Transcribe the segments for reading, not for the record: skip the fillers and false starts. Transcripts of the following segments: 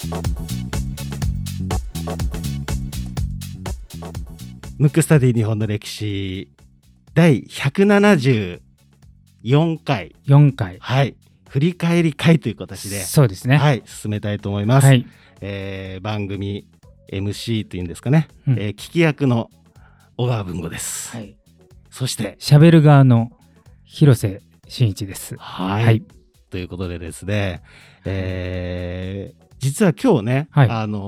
ムックスタディ日本の歴史第174回 4回、 はい、振り返り会という形で、 そうですね、 はい、進めたいと思います。 はい、 番組 MC というんですかね、聞き役の小川文吾です。はい、そして喋る側の広瀬真一です。 はい、はい、ということでですね、実は今日ね、 はい、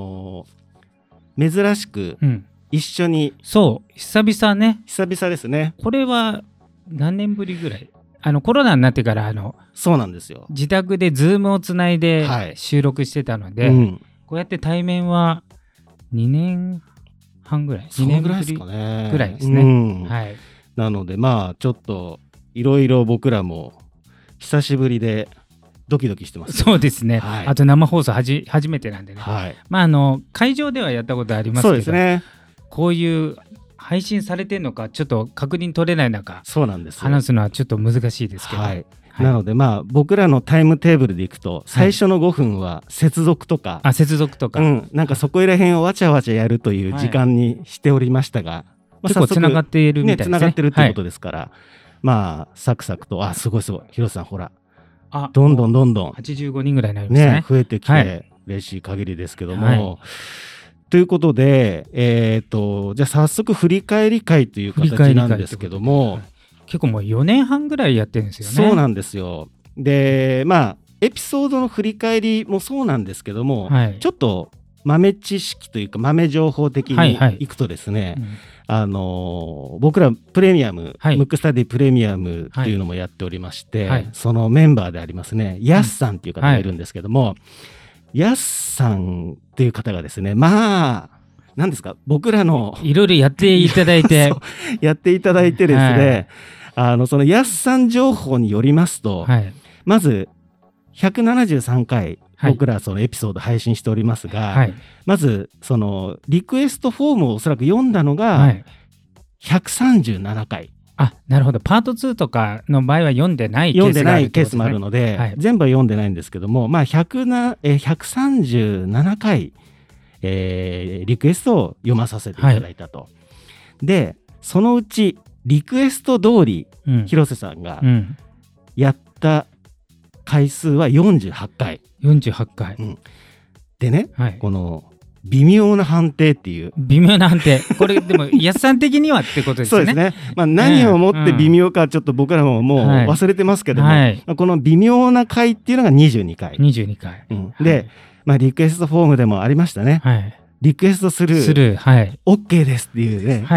珍しく、一緒に、 そう久々 ですね。 これは何年ぶりぐらい、コロナになってからそうなんですよ、 自宅でズームをつないで収録してたので、こうやって対面は2年半ぐらい、2年ぶりぐらいですね。はい、 なのでまあちょっといろいろ僕らも久しぶりでドキドキしてます。 そうですね、はい、あと生放送初めてなんでね、 はい、 まあ会場ではやったことありますけど、 そうですね、 こういう配信されてるのかちょっと確認取れない中、 そうなんです、 話すのはちょっと難しいですけど、 はいはい、なのでまあ僕らのタイムテーブルでいくと最初の5分は接続とか、なんかそこら辺をわちゃわちゃやるという時間にしておりましたが、 結構つながっているみたいですね。 つながってるっていうことですから、まあサクサクと、すごい広瀬さんほら、どんどん 85人ぐらいになりましたね。 増えてきて嬉しい限りですけども、ということで、じゃあ早速振り返り会という形なんですけども、 結構もう4年半ぐらいやってるんですよね。 そうなんですよ。でまあエピソードの振り返りもそうなんですけども、ちょっと豆知識というか豆情報的にいくとですね、僕らプレミアム、ムックスタディプレミアムっていうのもやっておりまして、そのメンバーでありますね、ヤスさんっていう方がいるんですけども、ヤスさんっていう方がですね、まあ何ですか、僕らのいろいろやっていただいてやっていただいてですね、そのヤスさん情報によりますと、まず173回僕らそのエピソード配信しておりますが、まずそのリクエストフォームをおそらく読んだのが137回、 なるほど、パート2とかの場合は読んでないケースもあるので、全部は読んでないんですけども、まあ137回、リクエストを読まさせていただいたと、でそのうちリクエスト通り、広瀬さんがやった回数は48回。でね、この微妙な判定っていう、 これでも安さん的にはってことですね。 そうですね、まあ、何をもって微妙かちょっと僕らももう忘れてますけども、この微妙な回っていうのが22回、で、まあ、リクエストフォームでもありましたね、リクエストスルー、OK ですっていうね、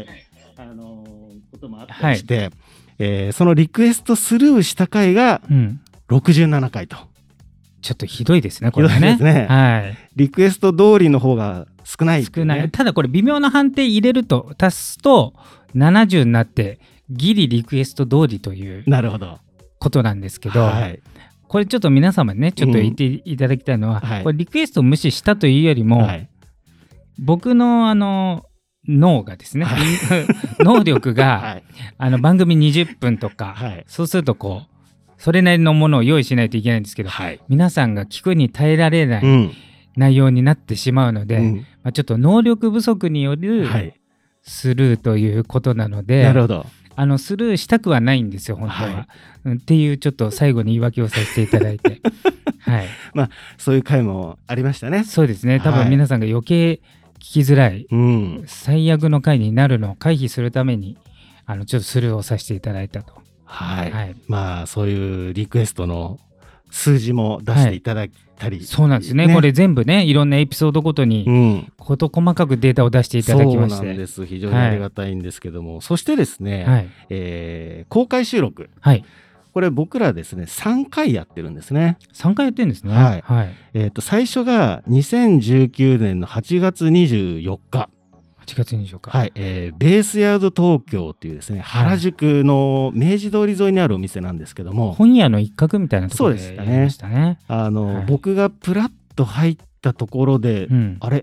こともあったりして、そのリクエストスルーした回が67回と、 ちょっとひどいですね、これね。 リクエスト通りの方が少ない、 ただこれ微妙な判定入れると足すと70になってギリリクエスト通りということなんですけど、これちょっと皆様にねちょっと言っていただきたいのは、これリクエストを無視したというよりも、僕の脳がですね、能力が番組20分とか、そうするとこうそれなりのものを用意しないといけないんですけど、皆さんが聞くに耐えられない内容になってしまうので、ちょっと能力不足によるスルーということなので、スルーしたくはないんですよ本当は、っていうちょっと最後に言い訳をさせていただいてまあそういう回もありましたね。 そうですね、多分皆さんが余計聞きづらい、最悪の回になるのを回避するためにちょっとスルーをさせていただいたと。 まあそういうリクエストの数字も出していただいたり、 そうなんですね、これ全部ねいろんなエピソードごとに事細かくデータを出していただきまして、 そうなんです、非常にありがたいんですけども、そしてですね、公開収録、これ僕らですね3回やってるんですね。 3回やってるんですね。 最初が2019年の8月24日、ベースヤード東京っていうですね、原宿の明治通り沿いにあるお店なんですけども、 本屋の一角みたいなところでやりましたね。 僕がプラッと入ったところで、あれ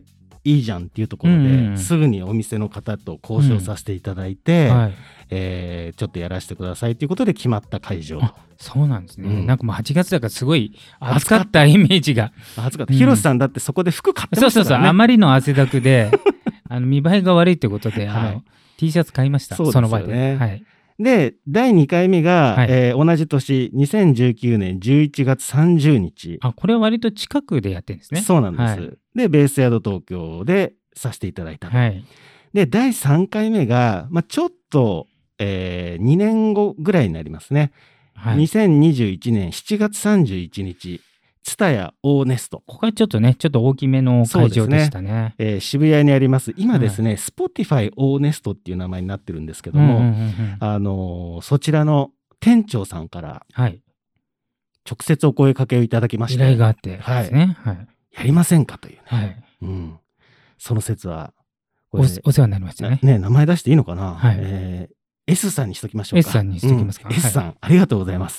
いいじゃんっていうところで、すぐにお店の方と交渉させていただいて、ちょっとやらせてくださいということで決まった会場。 そうなんですね、なんかもう8月だからすごい暑かったイメージが。 暑かった。広瀬さんだってそこで服買ってましたからね。 そうあまりの汗だくで見栄えが悪いということで、T シャツ買いました。その場で。 で第2回目が、同じ年2019年11月30日。 これは割と近くでやってるんですね。 そうなんです、でベースヤード東京でさせていただいた、で第3回目が、ちょっと、2年後ぐらいになりますね、2021年7月31日蔦屋オーネスト。 ここはちょっと大きめの会場でしたね。 渋谷にあります今ですね、Spotify オーネストっていう名前になってるんですけども、そちらの店長さんから直接お声かけをいただきまして、 依頼があってですね、 やりませんかというね、その説はお世話になりましたね。 名前出していいのかな、S さんにしときましょうか。 S さんにしときますか。 S さん、ありがとうございます。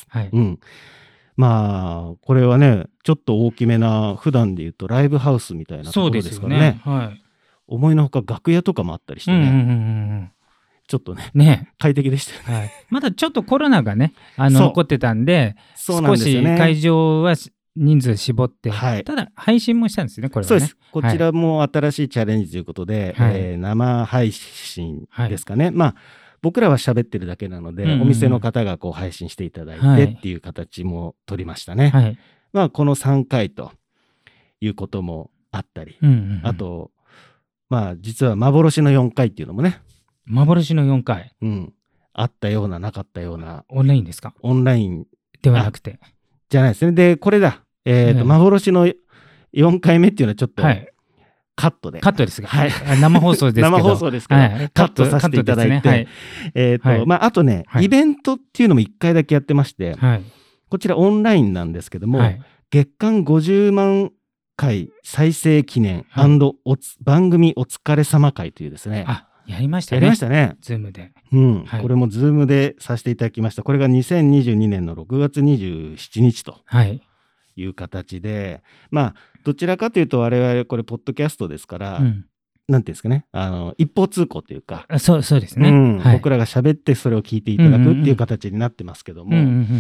これはねちょっと大きめな、普段でいうとライブハウスみたいなところですからね。思いのほか楽屋とかもあったりしてね、ちょっとね快適でしたよね。 まだちょっとコロナがね残ってたんで、少し会場は人数絞って、ただ配信もしたんですね、これはね。そうです。 こちらも新しいチャレンジということで、生配信ですかね。僕らは喋ってるだけなので、お店の方がこう配信していただいてっていう形も取りましたね。この3回ということもあったり、あと実は幻の4回っていうのもね。 幻の4回、 あったようななかったような。 オンラインですか？ オンラインではなくてじゃないですね。でこれだ、幻の4回目っていうのはちょっと、カットですが、生放送ですけど、 生放送ですけど、カットさせていただいて、あとね、イベントっていうのも1回だけやってまして、こちらオンラインなんですけども、月間50万回再生記念&番組お疲れ様会というですね、 やりましたね。ズームで。 これもズームでさせていただきました。これが2022年の6月27日と。いう形で、どちらかというと我々これポッドキャストですから、なんていうんですかね、一方通行というか、 そうですね、 僕らが喋ってそれを聞いていただくっていう形になってますけども、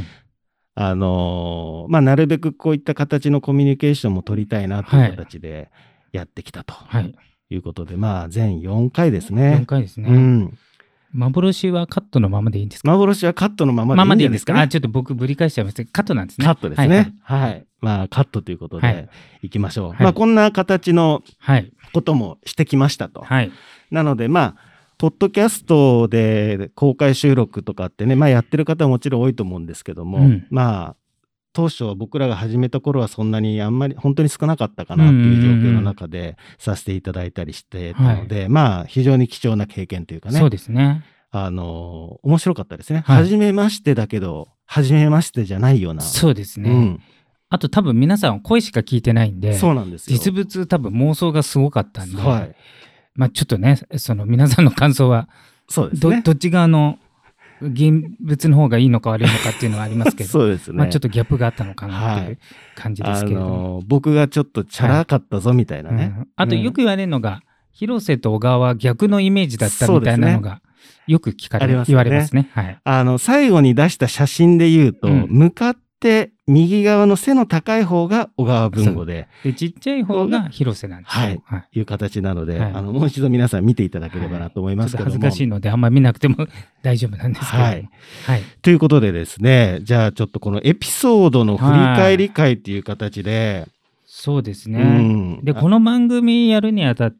なるべくこういった形のコミュニケーションも取りたいなという形でやってきたということで、全4回ですね。 4回ですね。幻はカットのままでいいんですか？ 幻はカットのままでいいんですかね。 ちょっと僕ぶり返しちゃいました。カットなんですね。 カットですね。カットということでいきましょう。こんな形のこともしてきましたと。なのでポッドキャストで公開収録とかってね、やってる方はもちろん多いと思うんですけども、当初は僕らが始めた頃はそんなにあんまり本当に少なかったかなっていう状況の中でさせていただいたりしてたので、非常に貴重な経験というかね。 そうですね。 面白かったですね。初めましてだけど初めましてじゃないような。 そうですね。あと多分皆さん声しか聞いてないんで、 そうなんですよ。 実物多分妄想がすごかったんで、ちょっとね、その皆さんの感想はそうですね。 どっち側の現物の方がいいのか悪いのかっていうのはありますけど、 そうですね。 ちょっとギャップがあったのかなっていう感じですけれども、 僕がちょっっとチャラかったぞみたいなね。 あとよく言われるのが、広瀬と小川は逆のイメージだったみたいなのがよく言われますね。 最後に出した写真で言うと、向かって右側の背の高い方が小川文吾で、 ちっちゃい方が広瀬なんですよ。 いう形なので、もう一度皆さん見ていただければなと思いますけども、 恥ずかしいのであんまり見なくても大丈夫なんですけど、 ということでですね、じゃあちょっとこのエピソードの振り返り会っていう形で、 そうですね。でこの番組やるにあたって、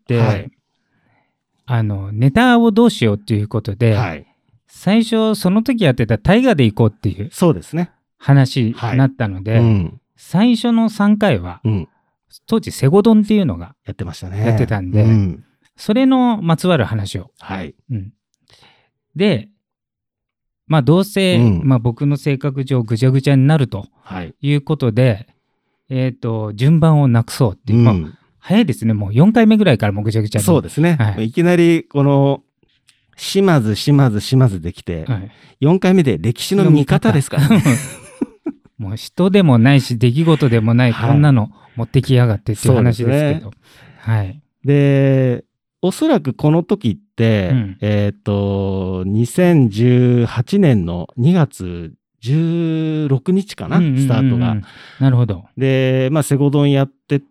ネタをどうしようっていうことで、最初その時やってた大河で行こうっていう、そうですね。話になったので、最初の3回は、当時セゴドンっていうのがやってましたね。 やってたんで、それのまつわる話を。で、どうせ、僕の性格上ぐちゃぐちゃになるということで、順番をなくそうっていう、早いですね。もう4回目ぐらいからもうぐちゃぐちゃに。そうですね。 いきなりこの島津できて、4回目で歴史の見方ですからね。 もう人でもないし出来事でもないこんなの持ってきやがってっていう話ですけど、 で、おそらくこの時って、2018年の2月16日かな、スタートが。 なるほど。 で、セゴドンやってって、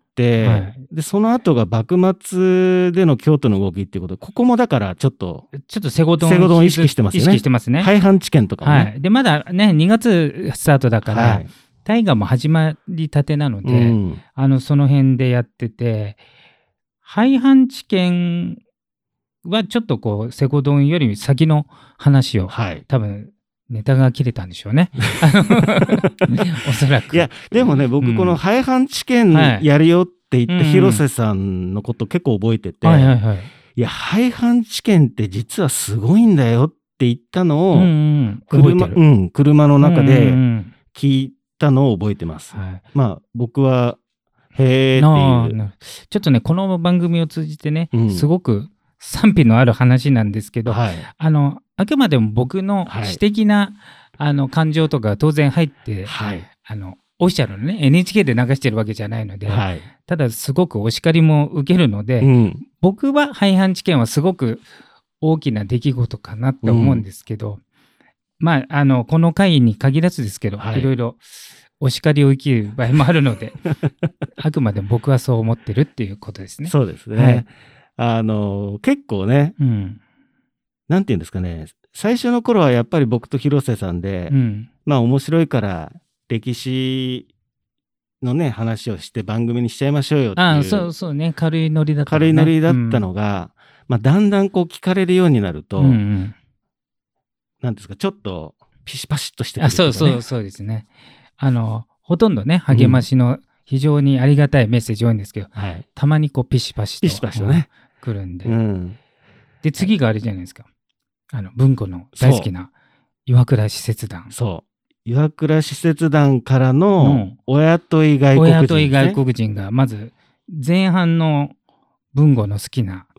で、その後が幕末での京都の動きっていうことで、ここもだからちょっとセゴドンを意識してますよね。 意識してますね。 廃藩置県とかもね。 で、まだね、2月スタートだから、大河も始まりたてなので、その辺でやってて、廃藩置県はちょっとこう、セゴドンより先の話を、多分、ネタが切れたんでしょうね。おそらく。 いや、でもね、僕、この廃藩置県やるよって言って、広瀬さんのこと結構覚えてて、いや、廃藩置県って実はすごいんだよって言ったのを、車の中で聞いたのを覚えてます。僕は、へーっていう。 ちょっとね、この番組を通じてね、すごく賛否のある話なんですけど、あくまでも僕の私的な、感情とか当然入って、オフィシャルのね NHK で流してるわけじゃないので、ただすごくお叱りも受けるので、僕は廃藩置県はすごく大きな出来事かなって思うんですけど、この回に限らずですけど、いろいろお叱りを受ける場合もあるのであくまでも僕はそう思ってるっていうことですね。 そうですね。結構ね、なんていうんですかね、最初の頃はやっぱり僕と広瀬さんで、面白いから歴史のね話をして番組にしちゃいましょうよっていう、 そうね、軽いノリだった、ね、 軽いノリだったのが、だんだんこう聞かれるようになると、なんですか、ちょっとピシパシッとしてくるとかね。 そうですね。ほとんどね励ましの非常にありがたいメッセージ多いんですけど、たまにこうピシパシとね来るんで、で次があれじゃないですか、文庫の大好きな岩倉使節団。 岩倉使節団からの親とい外国人、 親とい外国人がまず前半の文豪の好きな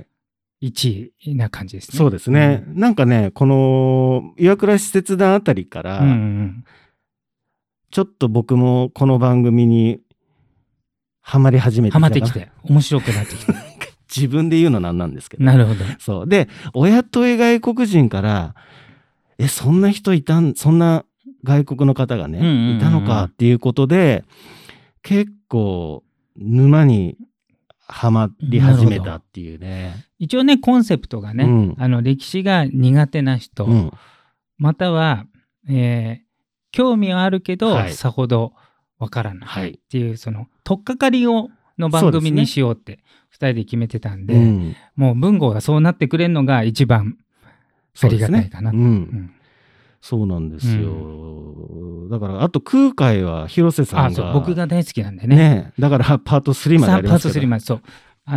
1位な感じですね。 そうですね。なんかね、この岩倉使節団あたりから、ちょっと僕もこの番組にハマり始めてきた。 ハマってきて面白くなってきて自分で言うのなんですけど。 なるほど。 そうで、親とい外国人からそんな人そんな外国の方がね、いたのかっていうことで、結構沼にはまり始めたっていうね。 一応ね、コンセプトがね、歴史が苦手な人、または、興味はあるけど、さほどわからないっていう、その取っかかりの番組にしようって2人で決めてたんで、もう文豪がそうなってくれるのが一番ありがたいかな。 そうなんですよ。だからあと空海は広瀬さんが僕が大好きなんでね。 だからパート3までありますけど。 パート3まで、そう。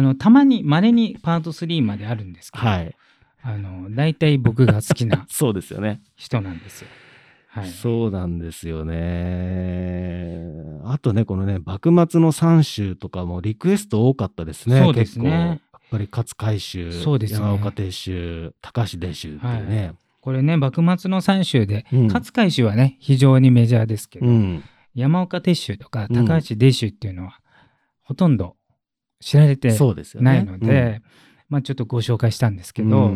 たまに稀にパート3まであるんですけど、大体僕が好きなそうですよね。 人なんですよ。 そうなんですよね。あとね、このね、幕末の三州とかもリクエスト多かったですね。 そうですね。 結構やっぱり勝海舟、山岡鉄舟、高橋伝舟っていうね。 これね、幕末の三州で、勝海舟はね、非常にメジャーですけど、山岡鉄舟とか高橋伝舟っていうのは、ほとんど知られてないので、ちょっとご紹介したんですけど、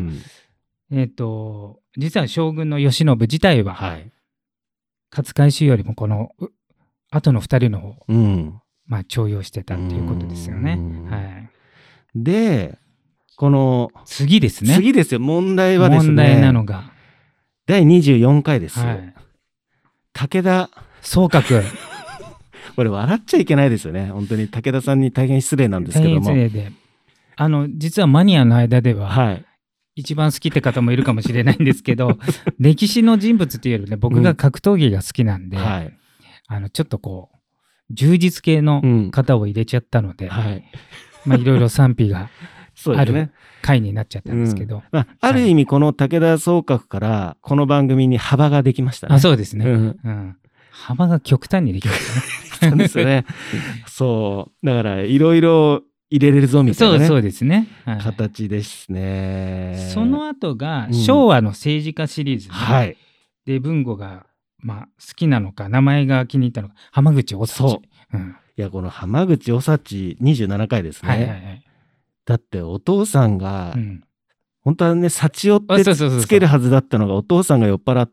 実は将軍の慶喜自体は、勝海舟よりもこの後の2人の方を、重用してたっていうことですよね。 で、この次ですね。 次ですよ。問題はですね。 問題なのが第24回ですよ。武田総閣。 これ笑っちゃいけないですよね。本当に武田さんに大変失礼なんですけども。 大変失礼で、実はマニアの間では、一番好きって方もいるかもしれないんですけど、歴史の人物っていうよりね、僕が格闘技が好きなんで、ちょっとこう充実系の方を入れちゃったので、いろいろ賛否がある回になっちゃったんですけど、 ある意味この武田総閣からこの番組に幅ができましたね。 そうですね。幅が極端にできましたね。 そうですね。そうだからいろいろ入れれるぞみたいなね。 そうですね。 形ですね。 その後が昭和の政治家シリーズで、文吾が好きなのか名前が気に入ったのか、浜口おさち。 いや、この浜口おさち27回ですね。 だってお父さんが、本当はね、幸代ってつけるはずだったのが、お父さんが酔っ払って、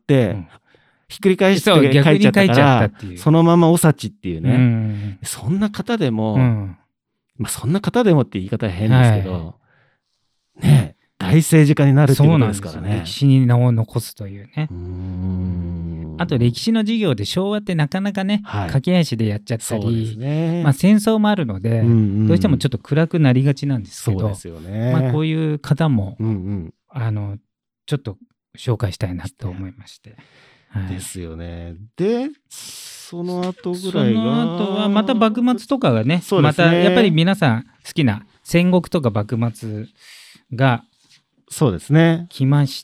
ひっくり返して書いちゃったから、そのままお幸っていうね、そんな方でも、そんな方でもって言い方は変ですけど、ね、大政治家になるっていうことですからね。 歴史に名を残すというね。あと歴史の授業で昭和ってなかなかね、駆け足でやっちゃったり、戦争もあるので、どうしてもちょっと暗くなりがちなんですけど、こういう方も、ちょっと紹介したいなと思いまして。 ですよね。で、その後ぐらいが。 その後はまた幕末とかがね、またやっぱり皆さん好きな戦国とか幕末がそうですね。 来まして、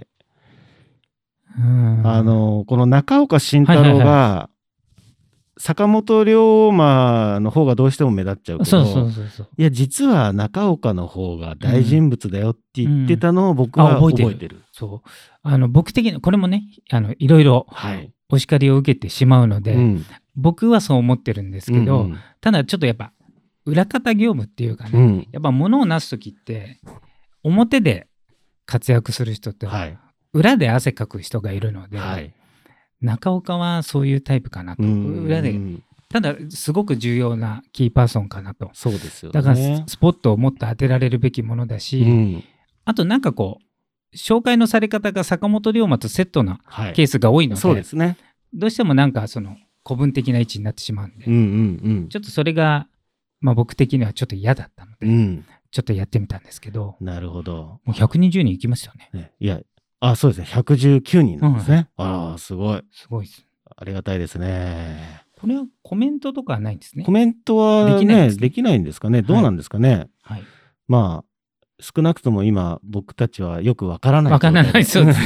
この中岡慎太郎が、坂本龍馬の方がどうしても目立っちゃうけど、いや、実は中岡の方が大人物だよって言ってたのを僕は覚えてる。 僕的に、これもね、いろいろお叱りを受けてしまうので、僕はそう思ってるんですけど、ただちょっとやっぱ、裏方業務っていうかね、やっぱ物をなすときって、表で活躍する人と、裏で汗かく人がいるので、中岡はそういうタイプかなと。裏で、ただすごく重要なキーパーソンかなと。 そうですよね。 だからスポットをもっと当てられるべきものだし、あとなんかこう、紹介のされ方が坂本龍馬とセットなケースが多いので、 そうですね。 どうしてもなんかその古文的な位置になってしまうんで、ちょっとそれが、僕的にはちょっと嫌だったので、ちょっとやってみたんですけど。 なるほど。 もう120人いきましたよね。 いや、そうですね。119人なんですね。すごい。 すごいです。 ありがたいですね。 これはコメントとかはないんですね。 コメントはね、できないんですかね。どうなんですかね。少なくとも今、僕たちはよくわからない。 わからない。そうです。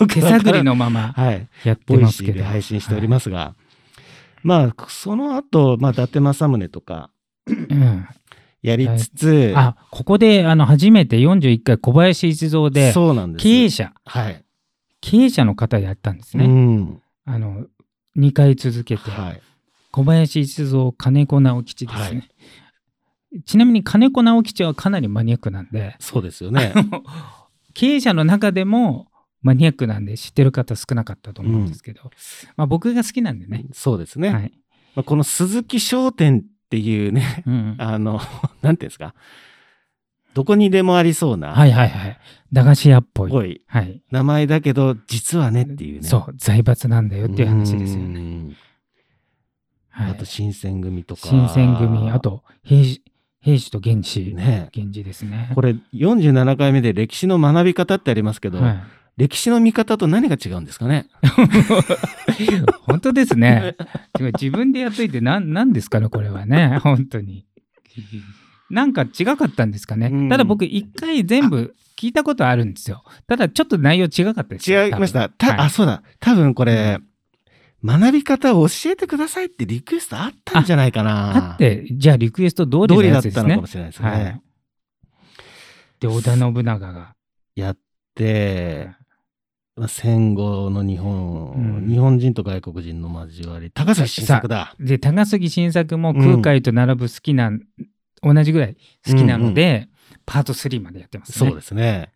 手探りのままやってますけど。 ボイシーで配信しておりますが。その後、伊達政宗とか、やりつつ、 ここで初めて41回小林一三で経営者、経営者の方やったんですね。2回続けて、小林一三、金子直吉ですね。ちなみに金子直吉はかなりマニアックなんで、 そうですよね。 経営者の中でもマニアックなんで知ってる方少なかったと思うんですけど、僕が好きなんでね。 そうですね。この鈴木商店っていうね、なんていうんですか、どこにでもありそうな、 駄菓子屋っぽい名前だけど、実はねっていうね。 そう、財閥なんだよっていう話ですよね。 あと、新選組とか。 新選組、あと、平氏と源氏。源氏ですね。 これ、47回目で歴史の学び方ってありますけど、歴史の見方と何が違うんですかね。 本当ですね。自分でやっといて何ですかね、これはね。本当に。なんか違かったんですかね。ただ僕一回全部聞いたことあるんですよ。ただちょっと内容違かったです。 違いました。そうだ。多分これ、学び方を教えてくださいってリクエストあったんじゃないかな。 あって、じゃあリクエスト通りのやつですね。 通りだったのかもしれないですね。 で、織田信長が。 やって、戦後の日本人と外国人の交わり、高杉晋作だ。 で、高杉晋作も空海と並ぶ好きな、同じぐらい好きなので、パート3までやってますね。 そうですね。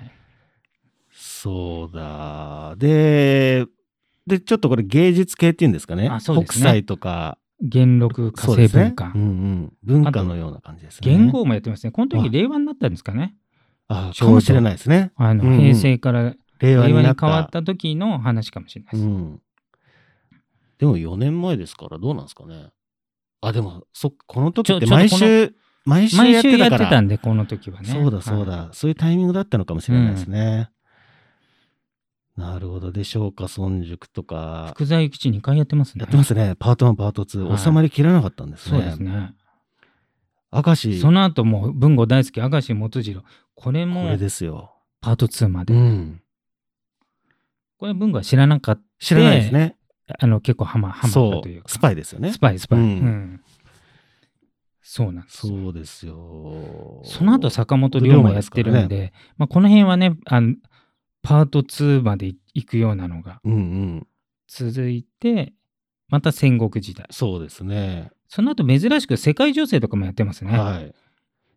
そうだ。で、ちょっとこれ芸術系っていうんですかね。北斎とか。 元禄火星文化。 文化のような感じですね。 元号もやってますね。この時令和になったんですかね。 かもしれないですね。 平成から令和に変わった時の話かもしれないです。 でも4年前ですからどうなんですかね。でもこの時って毎週やってたんで、この時はね。 そうだ。そういうタイミングだったのかもしれないですね。なるほど。で、松下村塾とか。 福沢諭吉2回やってますね。 やってますね。パート1、パート2。収まりきらなかったんですね。 そうですね。 明石。 その後も文豪大好き、明石元次郎。これですよ。 パート2まで。これ文豪は知らなかった。 知らないですね。 結構ハマったというか。 スパイですよね。 スパイ。そうなんです。 そうですよ。 その後坂本龍馬やってるんで、この辺はね、パート2まで行くようなのが続いて、また戦国時代。 そうですね。 その後珍しく世界情勢とかもやってますね。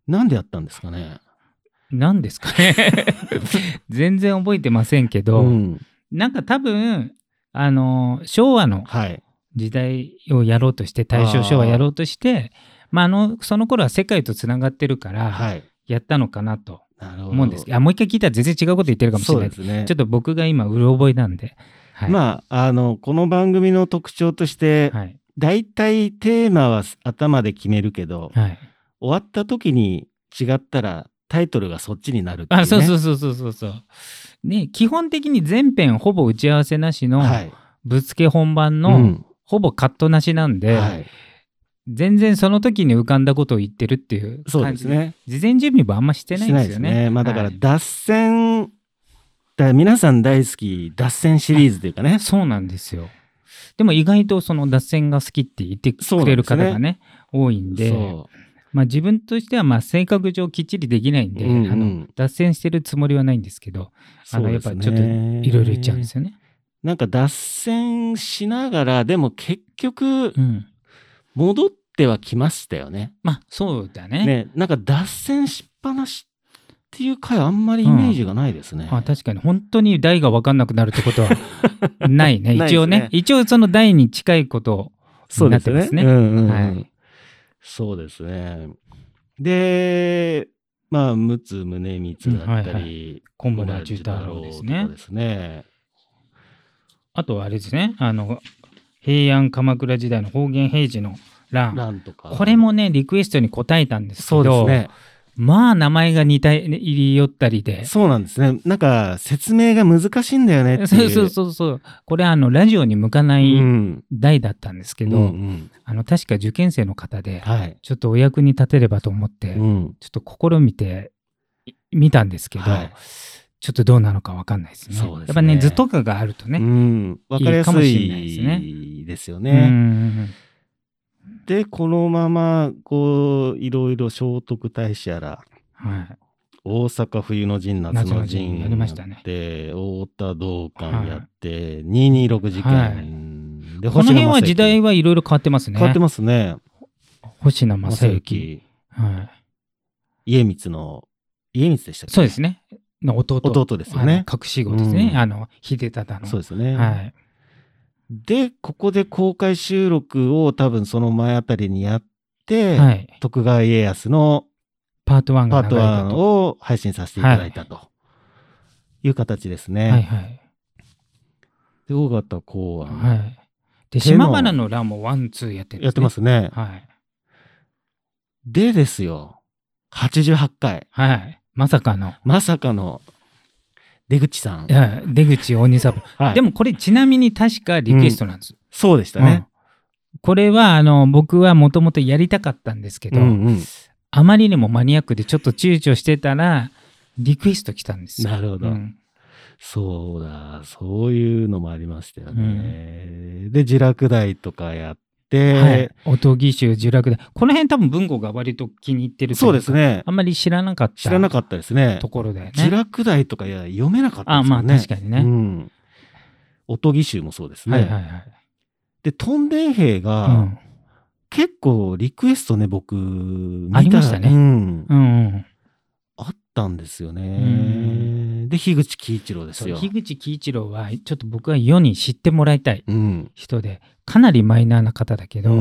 なんでやったんですかね。 なんですかね全然覚えてませんけど、なんか多分昭和の時代をやろうとして、大正昭和やろうとして、その頃は世界とつながってるからやったのかなと思うんですけど、もう一回聞いたら全然違うこと言ってるかもしれないですね。ちょっと僕が今うろ覚えなんで、 この番組の特徴として、だいたいテーマは頭で決めるけど、終わった時に違ったらタイトルがそっちになるっていうね。 そうね、基本的に全編ほぼ打ち合わせなしのぶつけ本番の、ほぼカットなしなんで、全然その時に浮かんだことを言ってるっていう感じで、ね、事前準備もあんましてないんですよね。 だから脱線、皆さん大好き脱線シリーズというかね。 そうなんですよ。でも意外とその脱線が好きって言ってくれる方がね、多いんで、自分としては性格上きっちりできないんで、脱線してるつもりはないんですけど、やっぱちょっといろいろ言っちゃうんですよね。 なんか脱線しながら、でも結局、戻ってはきましたよね。 そうだね。 なんか脱線しっぱなしっていう回あんまりイメージがないですね。 確かに本当に題が分かんなくなるってことはないね。一応ね。一応その題に近いことになってますね。 そうですね。で、陸奥宗光だったり、 小村寿太郎ですね。あとはあれですね。平安鎌倉時代の方言平治の乱とか、これもねリクエストに答えたんですけど、名前が似り寄ったりで、 そうなんですね。なんか説明が難しいんだよねっていう。 そう。これラジオに向かない題だったんですけど、確か受験生の方で、ちょっとお役に立てればと思って、ちょっと試みてみたんですけど、ちょっとどうなのか分かんないですね。やっぱね図とかがあるとね、 分かりやすいですよね。でこのままいろいろ聖徳太子やら、大阪冬の陣夏の陣やりましたね。 で太田道館やって、226事件で、 この辺は時代はいろいろ変わってますね。 変わってますね。 星名正幸、 家光でしたっけ。 そうですね。 弟ですよね。 隠し子ですね。秀忠の。 そうですね。でここで公開収録を多分その前あたりにやって、徳川家康のパート1 を配信させていただいたという形ですね。で尾形公安、 で島原の乱も1、2やってるんですね。 やってますね。でですよ、88回、 まさかの出口さん。 出口鬼サブ。でもこれちなみに確かリクエストなんです。 そうでしたね。 これは僕はもともとやりたかったんですけど、あまりにもマニアックでちょっと躊躇してたらリクエスト来たんですよ。 なるほど。そうだ、そういうのもありましたよね。で聚楽大とかやって、 音義手聚楽大、この辺多分文吾が割と気に入ってるというか、 そうですね。 あんまり知らなかったですね。 ところでね。 聚楽大とか読めなかったですよね。 確かにね。 音義手もそうですね。でトンデン兵が、結構リクエストね、僕ありましたね。 あったんですよね。で樋口喜一郎ですよ。 樋口喜一郎はちょっと僕は世に知ってもらいたい人で、かなりマイナーな方だけど、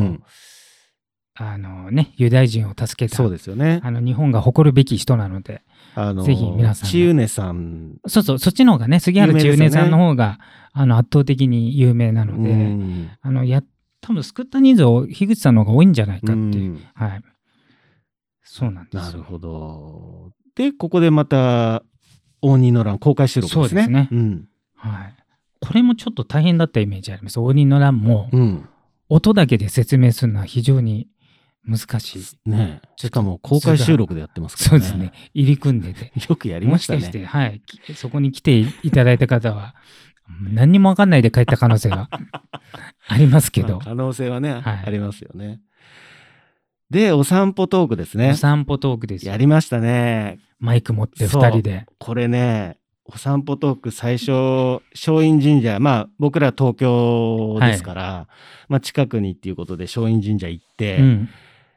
ユダヤ人を助けた、 そうですよね。 日本が誇るべき人なので、ぜひ皆さん。 千畝さん。 そっちの方がね、杉原千畝さんの方が圧倒的に有名なので、多分救った人数を樋口さんの方が多いんじゃないかっていう。そうなんですよ。 なるほど。でここでまた応仁の乱公開収録ですね。 そうですね。これもちょっと大変だったイメージあります。応仁の乱も、音だけで説明するのは非常に難しい。 ね。しかも公開収録でやってますからね。 そうですね。入り組んでて。 よくやりましたね。 もしかして、そこに来ていただいた方は何にも分かんないで帰った可能性がありますけど。 可能性はね、ありますよね。でお散歩トークですね。 お散歩トークです。 やりましたね。 マイク持って2人で。 これね、お散歩トーク最初松陰神社、僕ら東京ですから、近くにっていうことで松陰神社行って、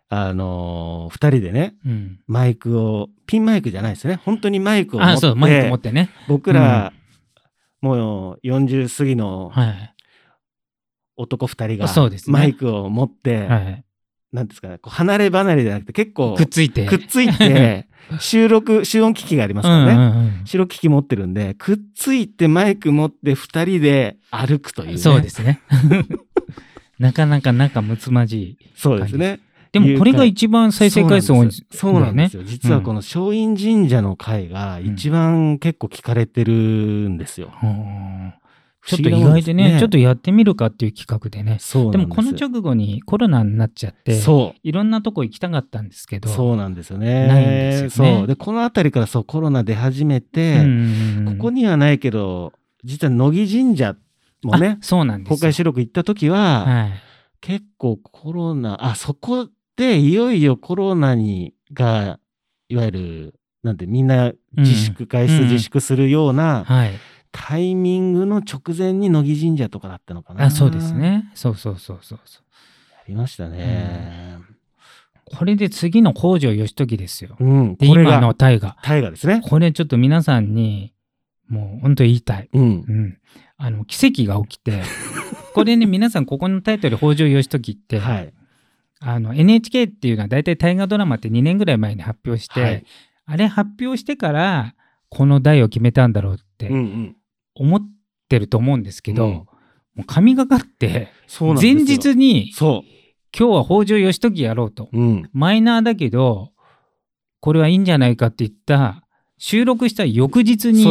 2人でね、マイクを、ピンマイクじゃないですね。本当にマイクを持って、 そう、マイク持ってね。 僕ら、もう40過ぎの男2人がマイクを持って、なんですかね、離れ離れじゃなくて結構くっついて集音機器がありますからね、集音機器持ってるんで、くっついてマイク持って2人で歩くというね。 そうですね。なかなか仲睦まじい。 そうですね。 でもこれが一番再生回数多いんですよね。 そうなんですよ。実はこの松陰神社の回が一番結構聞かれてるんですよ。 ちょっと意外でね、ちょっとやってみるかっていう企画でね。でもこの直後にコロナになっちゃって、いろんなとこ行きたかったんですけど、 そうなんですよね。 ないんですよね。 で、この辺りからコロナ出始めて、ここにはないけど、実は乃木神社もね、 そうなんですよ。 公開収録行った時は、結構コロナ、そこでいよいよコロナが、いわゆる、なんてみんな外出自粛するような、タイミングの直前に乃木神社とかだったのかな。 そうですね。そう。やりましたね。 これで次の北条義時ですよ。 で今の大河。 大河ですね。 これちょっと皆さんに、もう本当言いたい。奇跡が起きて、これね、皆さんここのタイトル、北条義時って、NHK っていうのは大体大河ドラマって2年ぐらい前に発表して、あれ発表してからこの題を決めたんだろうって思ってると思うんですけど、もう神がかって前日に今日は北条義時やろうと、マイナーだけどこれはいいんじゃないかって言った収録した翌日に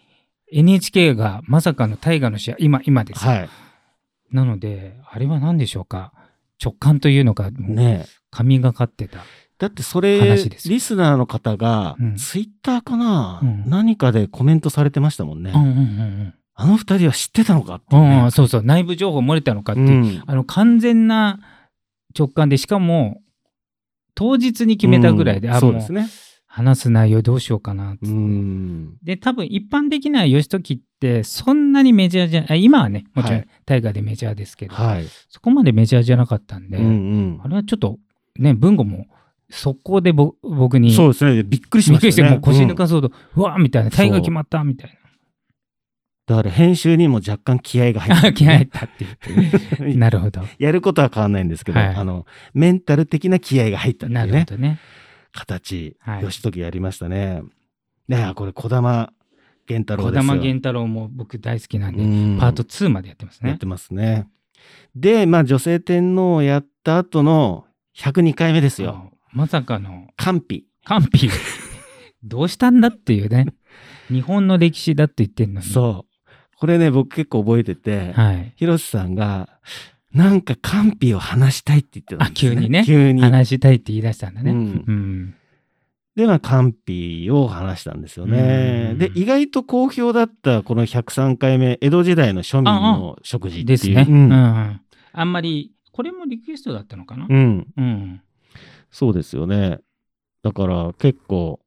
NHK がまさかの大河の試合今ですよ、なのであれは何でしょうか、直感というのか、神がかってた。 だってそれ、リスナーの方が、ツイッターかな、何かでコメントされてましたもんね。あの二人は知ってたのかっていうね。 そう、内部情報漏れたのかっていう、完全な直感で、しかも、当日に決めたぐらいで、 そうですね。 話す内容どうしようかなって。で、多分一般的な義時ってそんなにメジャーじゃない、今はね、もちろん大河でメジャーですけど、そこまでメジャーじゃなかったんで、あれはちょっとね、文吾も速攻で僕に。 そうですね、びっくりしましたね。びっくりして、 もう腰抜かそうと、うわーみたいな、大河決まったみたいな。 だから編集にも若干気合が入った、 気合入ったっていう。なるほど。 やることは変わらないんですけど、メンタル的な気合が入ったっていうね。 なるほどね。 形、義時やりましたね。これ、児玉源太郎ですよ。 児玉源太郎も僕大好きなんで、パート2までやってますね。 やってますね。で、女性天皇をやった後の102回目ですよ。 まさかの。 官費。 どうしたんだっていうね。日本の歴史だって言ってんのに。 そう。これね、僕結構覚えてて、広瀬さんが、なんか官費を話したいって言ってたんですね。 急に話したいって言い出したんだね。 で、官費を話したんですよね。で、意外と好評だったこの103回目、江戸時代の庶民の食事っていう。 ですね。あんまり、これもリクエストだったのかな。 そうですよね。だから結構、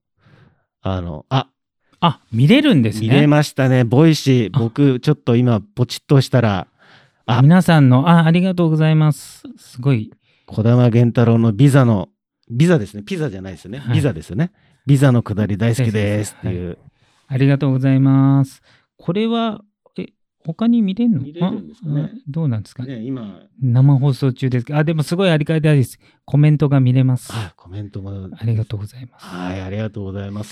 見れるんですね。 見れましたね。ボイシー。僕、ちょっと今、ポチッとしたら。 皆さんの、ありがとうございます。すごい。 児玉源太郎のビザですね。ピザじゃないですよね。ビザですよね。ビザのくだり大好きですっていう。 ありがとうございます。これは、他に見れるの？ 見れるんですかね。 どうなんですかね、今。 生放送中ですけど、でもすごいありがたいです。コメントが見れます。 コメントも。 ありがとうございます。 ありがとうございます。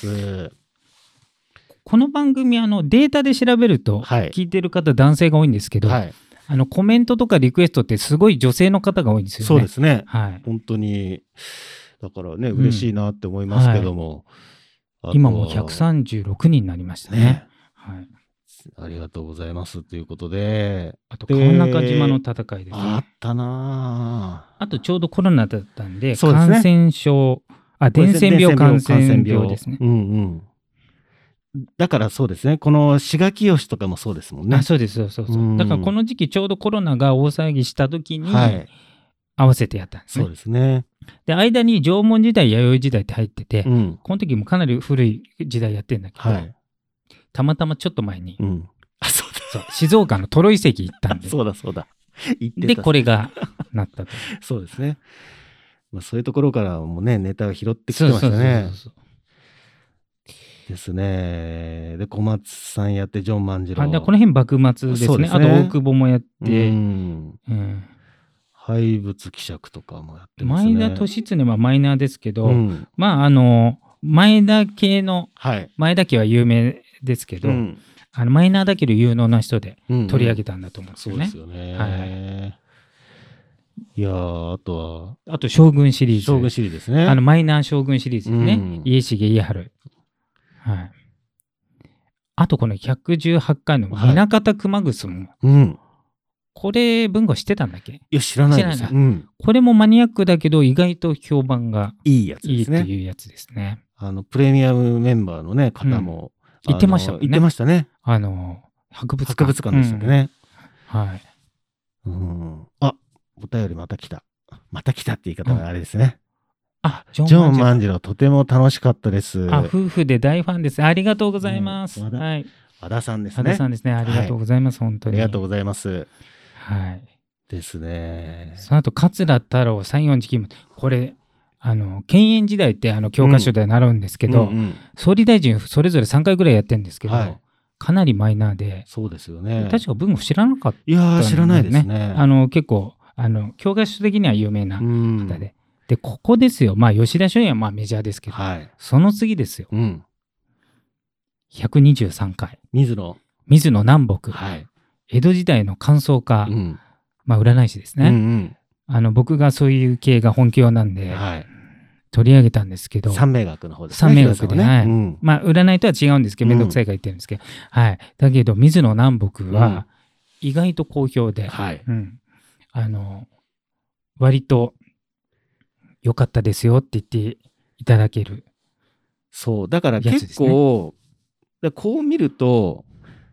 この番組、データで調べると、聞いてる方、男性が多いんですけど、コメントとかリクエストってすごい女性の方が多いんですよね。 そうですね。本当に。だからね、嬉しいなって思いますけども。 今も136人になりましたね。 ありがとうございますということで。 あと、川中島の戦いですね。 あったなあと、ちょうどコロナだったんで、感染症、伝染病感染病ですね。 だからそうですね。この志賀清とかもそうですもんね。 そうです。だからこの時期ちょうどコロナが大騒ぎした時に合わせてやったんですね。 そうですね。 で、間に縄文時代、弥生時代って入ってて、この時もかなり古い時代やってるんだけど、たまたまちょっと前に、静岡のトロ遺跡行ったんで。 そうだ。 で、これがなったと。 そうですね。 そういうところからもね、ネタを拾ってきてましたね。ですね。で、小松さんやって、ジョン万次郎。 この辺幕末ですね。あと大久保もやって、 怪物希釈とかもやってますね。 前田利常はマイナーですけど、前田系の、前田家は有名ですけど、マイナーだけど有能な人で取り上げたんだと思うんですよね。 そうですよね。いやあと将軍シリーズ。 将軍シリーズですね。 マイナー将軍シリーズですね。家重家治。はい。あとこの118回の南方熊楠も。これ文吾知ってたんだっけ？ いや、知らないです。 これもマニアックだけど意外と評判がいいやつですね。 いいっていうやつですね。 プレミアムメンバーのね、方も言ってましたもんね。 言ってましたね。 博物館でしたっけね。 はい。 あ、お便りまた来た。また来たって言い方があれですね。 ジョン万次郎とても楽しかったです。 夫婦で大ファンです。ありがとうございます。 はい。和田さんですね。 和田さんですね。ありがとうございます。本当に。 ありがとうございます。 はい。 ですね。 その後、桂太郎、西園寺勤務。これ、建炎時代って教科書で習うんですけど、総理大臣それぞれ3回ぐらいやってるんですけど、かなりマイナーで。 そうですよね。 確か文吾知らなかった、ね。 いや知らないですね。 結構、教科書的には有名な方で。で、ここですよ。吉田松陰はメジャーですけど、その次ですよ。123回。水野南北。江戸時代の感想家。占い師ですね。僕がそういう系が本業なんで、取り上げたんですけど。 三名学の方ですね。 三名学で、占いとは違うんですけど、めんどくさいから言ってるんですけど。だけど、水野南北は、意外と好評で、割と、良かったですよって言っていただける。 そう。だから結構、こう見ると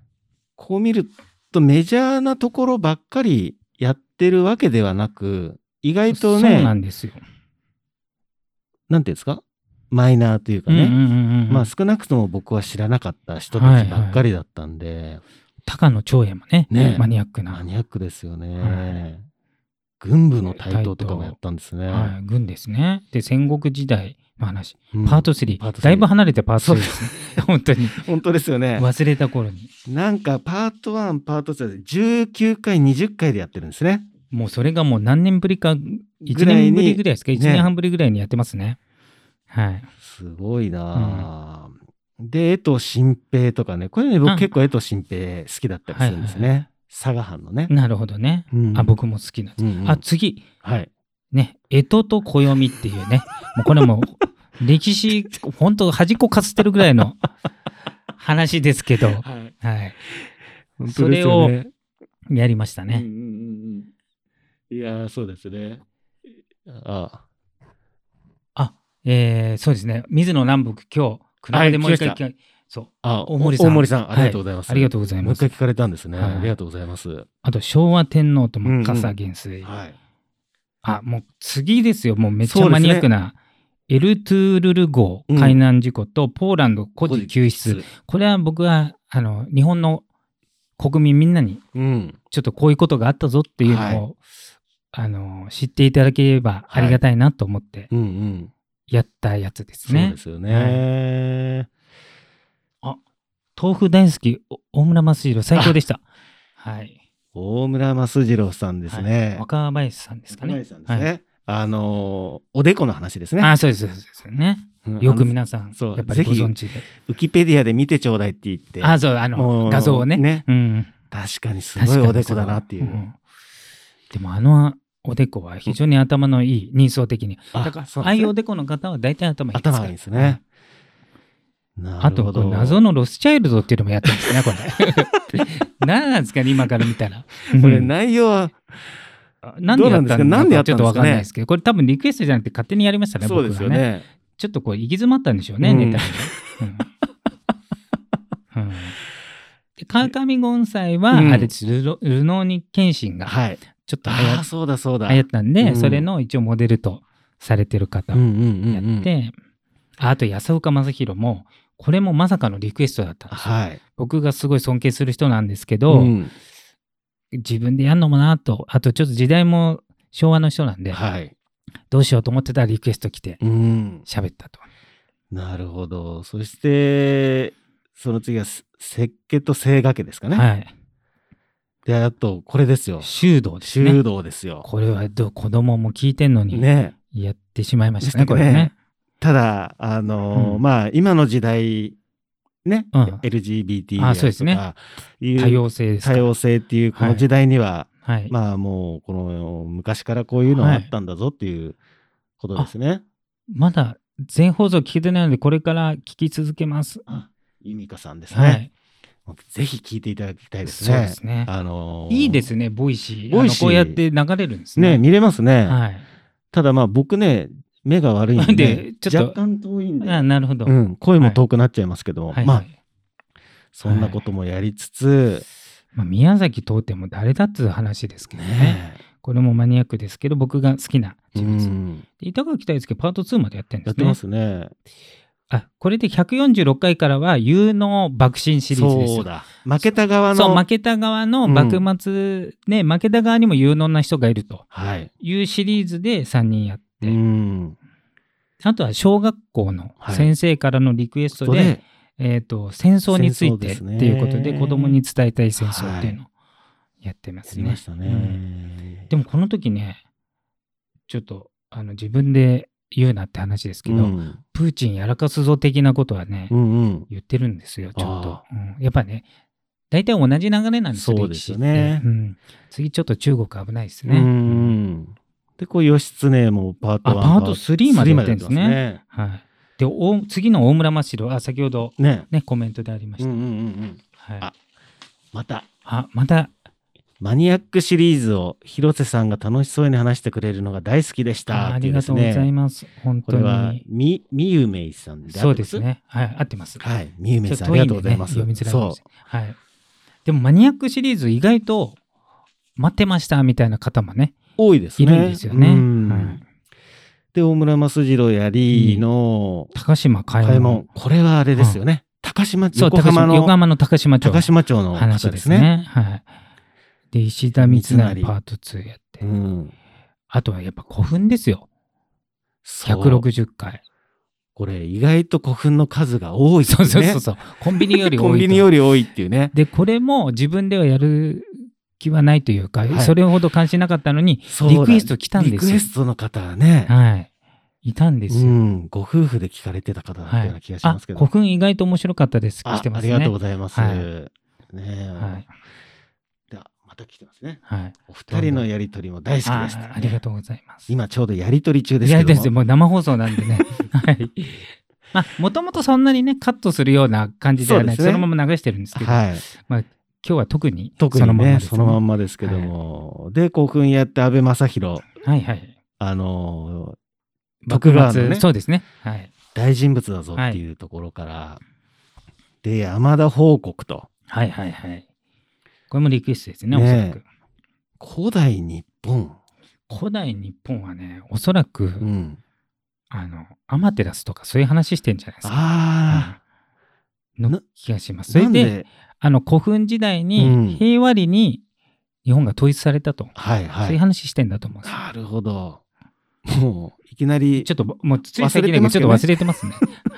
メジャーなところばっかりやってるわけではなく、意外とね、 そうなんですよ。 なんていうんですか？マイナーというかね。少なくとも僕は知らなかった人たちばっかりだったんで。 高野長英もね、マニアックな。 マニアックですよね。軍部の台頭とかもやったんですね。 軍ですね。で、戦国時代の話。パート3。だいぶ離れてパート3ですね。本当に。 本当ですよね。 忘れた頃に。 なんか、パート1、パート2で19回、20回でやってるんですね。 もうそれがもう何年ぶりか、1年ぶりぐらいですか、1年半ぶりぐらいにやってますね。 すごいなで、江藤新平とかね。これね、僕結構江藤新平好きだったりするんですね。佐賀藩のね。 なるほどね。僕も好きなんです。次。ね、干支と暦っていうね。もうこれも歴史、本当端っこかすってるぐらいの話ですけど、それをやりましたね。 いやそうですね。 そうですね。水野南北今日、熊本でもう一回そう。 大森さん、ありがとうございます。 ありがとうございます。 もう一回聞かれたんですね。ありがとうございます。 あと、昭和天皇と真笠元帥。もう次ですよ。もうめっちゃマニアックな。エルトゥールル号海難事故とポーランド孤児救出。これは僕は、日本の国民みんなに、ちょっとこういうことがあったぞっていうのを、知っていただければありがたいなと思って、やったやつですね。 そうですよね。 豆腐大好き、大村益次郎、最高でした。 大村益次郎さんですね。 若林さんですかね。 若林さんですね。おでこの話ですね。 そうですね。よく皆さん、やっぱりご存知で。 ウィキペディアで見てちょうだいって言って。 そう、画像をね。 確かにすごいおでこだなっていう。 でもおでこは非常に頭のいい、人相的に。だから、ああいうおでこの方は大体頭いいです。 頭いいですね。 あと、謎のロスチャイルドっていうのもやってるんですね、これ。何なんですかね、今から見たら。 これ内容は、 なんでやったんですかちょっとわかんないですけど、これ多分リクエストじゃなくて勝手にやりましたね、 そうですよね。 ちょっと行き詰まったんでしょうね、ネタに。川上権斎は、あれです、ルノーニケンシンが、ちょっと流行ったんで、それの一応モデルとされてる方やって、あと安岡正弘も、これもまさかのリクエストだったんですよ。僕がすごい尊敬する人なんですけど、自分でやるのもなと、あとちょっと時代も昭和の人なんで、 どうしようと思ってたらリクエスト来て喋ったと。 なるほど。そしてその次は雪家と清賀家ですかね。 はい。 で、あとこれですよ。 修道ですね。 修道ですよ。 これは子供も聞いてんのにやってしまいましたね、これね。 ただまあ今の時代ね、LGBT であるとかいう多様性ですか。 多様性っていうこの時代には、まあもうこの昔からこういうのがあったんだぞっていうことですね。 まだ全放送聞けてないのでこれから聞き続けます。 由美香さんですね。ぜひ聞いていただきたいですね。 そうですね。いいですね、ボイシー。こうやって流れるんですね。 見れますね。ただまあ僕ね、目が悪いんで、若干遠いんで。 なるほど。 声も遠くなっちゃいますけど、まあ、そんなこともやりつつ、 宮崎通っても誰だっつう話ですけどね。これもマニアックですけど、僕が好きな人物。板垣大輔パート2までやってるんですね。 やってますね。 これで146回からは有能幕臣シリーズですよ。 そうだ。負けた側の。 負けた側の幕末、負けた側にも有能な人がいるというシリーズで3人やって、あとは小学校の先生からのリクエストで、戦争についてっていうことで子供に伝えたい戦争っていうのをやってますね。でもこの時ね、ちょっと自分で言うなって話ですけど、プーチンやらかすぞ的なことはね、言ってるんですよ、ちょっと。やっぱね、大体同じ流れなんですよ、 そうですよね。 次ちょっと中国危ないですね。 で、こう義経もパート1、 パート3までやってるんですね。で、次の大村真城、先ほどね、コメントでありました。 また。マニアックシリーズを広瀬さんが楽しそうに話してくれるのが大好きでした。 ありがとうございます。本当に。これはみゆめいさんでそうですね。合ってます。 みゆめいさん、ありがとうございます。 読みづらいです。でもマニアックシリーズ意外と待ってましたみたいな方もね、 多いですね。 いるんですよね。 で、大村益次郎やりの高島嘉右衛門。 これはあれですよね。高島町、 横浜の高島町の話ですね。 で、石田三成パート2やって。あとはやっぱ古墳ですよ。160回。 これ意外と古墳の数が多いですね。 そう。コンビニより多い。 コンビニより多いっていうね。 で、これも自分ではやる気はないというか、それほど関心なかったのに、リクエスト来たんですよ。 リクエストの方はね。 いたんですよ。 ご夫婦で聞かれてた方だったような気がしますけど。 古墳意外と面白かったです。 来てますね。ありがとうございます。また来てますね。お二人のやりとりも大好きです。 ありがとうございます。 今ちょうどやりとり中ですけども。 いや、もう生放送なんでね。もともとそんなにね、カットするような感じではない。そのまま流してるんですけど。今日は特にそのままです。 そのまんまですけども。で、古墳やって安倍正弘。徳川のね。 そうですね。 大人物だぞっていうところから。で、山田報国と。 これもリクエストですね、おそらく。 古代日本。 古代日本はね、おそらく、アマテラスとかそういう話してんじゃないですか。の気がします。それで、古墳時代に平和裏に日本が統一されたと。そういう話してんだと思うんです。 なるほど。もう、いきなり。 ちょっと、もう、つい最近だけどちょっと忘れてますね。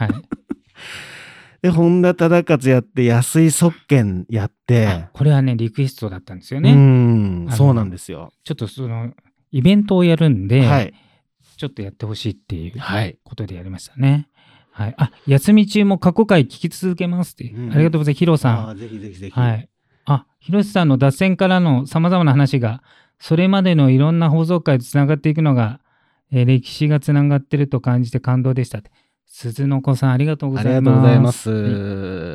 で、本田忠勝やって、安井側見やって。 これはね、リクエストだったんですよね。 そうなんですよ。 ちょっとイベントをやるんで、ちょっとやってほしいっていうことでやりましたね。休み中も過去回聞き続けますって。ありがとうございます。ヒロさん。 ぜひぜひ。 ヒロシさんの脱線からの様々な話が、それまでのいろんな放送回とつながっていくのが、歴史がつながってると感じて感動でしたって。鈴の子さん、ありがとうございます。 ありがとうございます。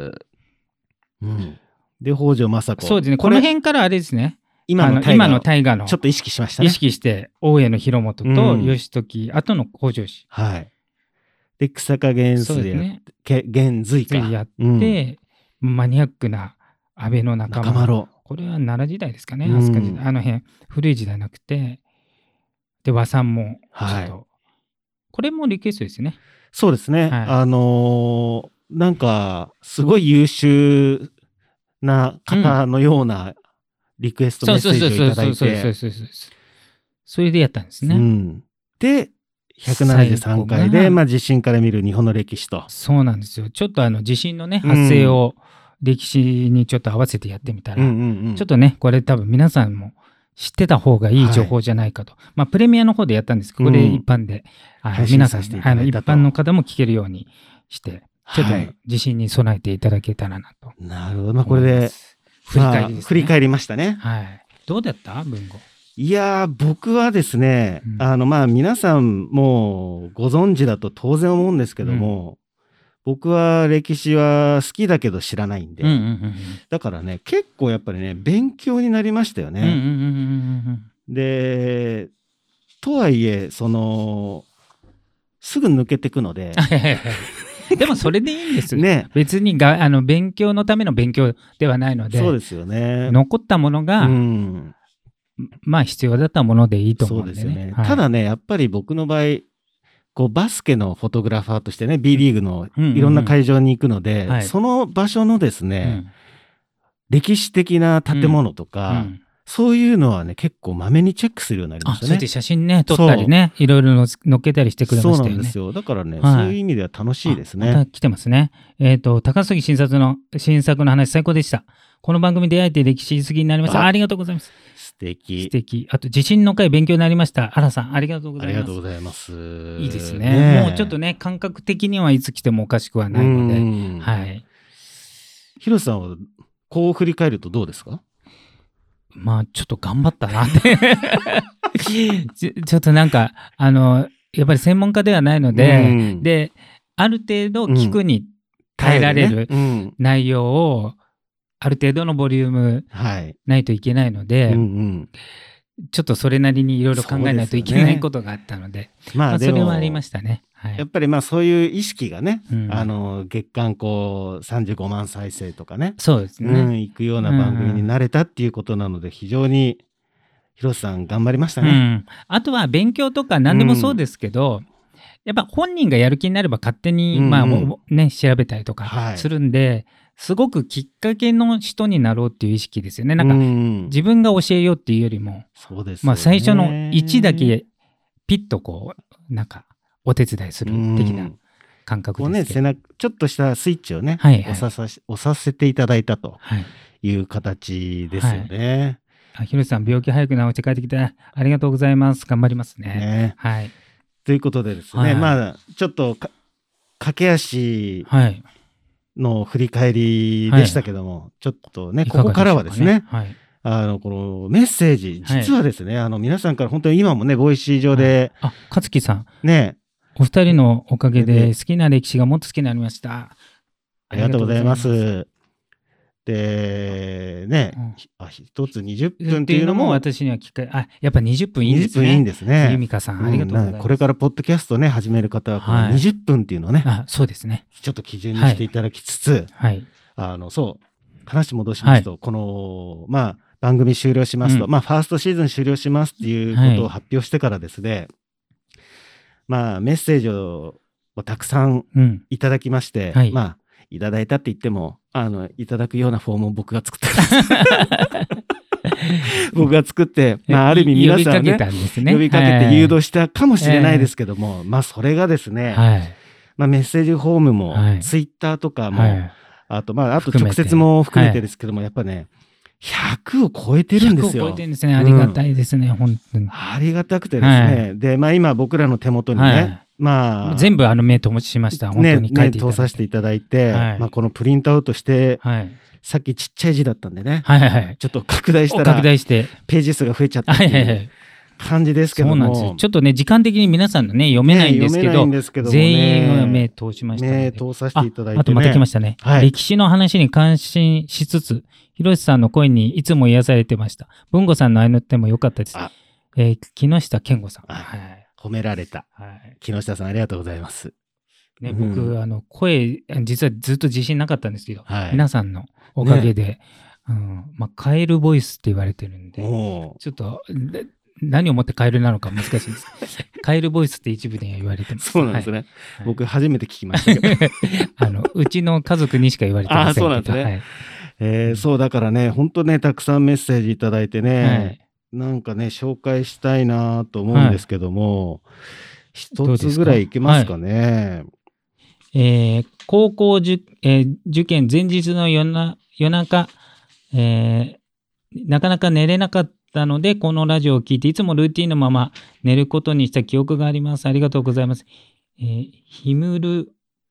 で、北条政子。 そうですね。この辺からあれですね。 今の大河の。 ちょっと意識しましたね。 意識して、大江の広元と義時、あとの北条氏。 で、草加源随か。 やって、マニアックな安倍の仲間。これは奈良時代ですかね。飛鳥時代。辺、古い時代なくて。で、和さんも、ちょっと。これもリクエストですね。 そうですね。なんか、すごい優秀な方のようなリクエストメッセージをいただいて。 それでやったんですね。 で173回で、地震から見る日本の歴史と。 そうなんですよ。ちょっと地震のね、発生を歴史にちょっと合わせてやってみたら、ちょっとね、これ多分皆さんも知ってた方がいい情報じゃないかと。プレミアの方でやったんですけど、これ一般で、皆さん、一般の方も聞けるようにして、ちょっと地震に備えていただけたらなと。 なるほど。これで、振り返りましたね。 はい。どうだった文吾。 いや僕はですね、皆さんもご存知だと当然思うんですけども、僕は歴史は好きだけど知らないんで、だからね、結構やっぱりね、勉強になりましたよね。で、とはいえ、すぐ抜けていくので、 でもそれでいいんですよ。ね、別に勉強のための勉強ではないので、 そうですよね。 残ったものが、必要だったものでいいと思うんでね。 そうですよね。ただね、やっぱり僕の場合、バスケのフォトグラファーとしてね、B リーグのいろんな会場に行くので、その場所のですね、歴史的な建物とか、そういうのはね、結構まめにチェックするようになりましたね。 そうやって写真ね、撮ったりね、いろいろ載っけたりしてくれましたよね。 そうなんですよ。だからね、そういう意味では楽しいですね。 また来てますね。高杉新作の話最高でした。この番組出会えて歴史好きになりました。ありがとうございます。 素敵。 あと、地震の回勉強になりました。原さん、ありがとうございます。 ありがとうございます。 いいですね。もうちょっとね、感覚的にはいつ来てもおかしくはないので。はい。 広瀬さんは、こう振り返るとどうですか？ ちょっと頑張ったなってちょっとなんか、やっぱり専門家ではないので、で、ある程度聞くに耐えられる内容を、ある程度のボリュームないといけないので、ちょっとそれなりにいろいろ考えないといけないことがあったので、それはありましたね。 やっぱりそういう意識がね、月間35万再生とかね、 そうですね、 いくような番組になれたっていうことなので、非常に広瀬さん頑張りましたね。 あとは勉強とか何でもそうですけど、やっぱ本人がやる気になれば勝手に調べたりとかするんで、すごくきっかけの人になろうっていう意識ですよね。なんか自分が教えようっていうよりも、最初の1だけピッとなんかお手伝いする的な感覚ですけど、 ちょっとしたスイッチをね、押させていただいたという形ですよね。 広瀬さん、病気早く治して帰ってきてありがとうございます。頑張りますね。 ということでですね、ちょっと駆け足の振り返りでしたけども、ちょっとね、ここからはですね、このメッセージ、実はですね、皆さんから本当に今もね、ボイシー上で、 勝木さん、 ね、 お二人のおかげで好きな歴史がもっと好きになりました。 ありがとうございます。で、ね、一つ20分っていうのも、 私にはやっぱ20分いいんですね。20分いいんですね。由美香さん、ありがとうございます。 これからポッドキャストね、始める方は、この20分っていうのをね、 そうですね。 ちょっと基準にしていただきつつ、話戻しますと、この、番組終了しますと、ファーストシーズン終了しますっていうことを発表してからですね、メッセージをたくさんいただきまして、いただいたって言っても、いただくようなフォームを僕が作って僕が作って、ある意味皆さんね、呼びかけて誘導したかもしれないですけども、それがですね、メッセージフォームも、ツイッターとかも、あと直接も含めてですけども、やっぱね、100を超えてるんですよ。 100を超えてるんですね。ありがたいですね、本当に。 ありがたくてですね。で、今僕らの手元にね、 全部目通しました。本当に書いていただいて。 通させていただいて、このプリントアウトして、さっきちっちゃい字だったんでね、ちょっと拡大したら、ページ数が増えちゃったっていう感じですけども。そうなんですよ。 ちょっとね、時間的に皆さんのね、読めないんですけど、全員が目通しましたので。 通させていただいて。 あとまた来ましたね。歴史の話に関心しつつ、広瀬さんの声にいつも癒されてました。文吾さんの合いの手も良かったです。木下健吾さん。 褒められた。木下さんありがとうございます。 ね、僕、声、実はずっと自信なかったんですけど、皆さんのおかげで、カエルボイスって言われてるんで、ちょっと、何をもってカエルなのか難しいです。カエルボイスって一部で言われてます。 そうなんですね。僕初めて聞きましたけど。うちの家族にしか言われてませんけど。 そうなんですね。そうだからね、本当ね、たくさんメッセージいただいてね、 なんかね、紹介したいなと思うんですけども、一つぐらいいけますかね。 高校受験前日の夜中、なかなか寝れなかったので、このラジオを聞いて、いつもルーティンのまま寝ることにした記憶があります。ありがとうございます。ヒムル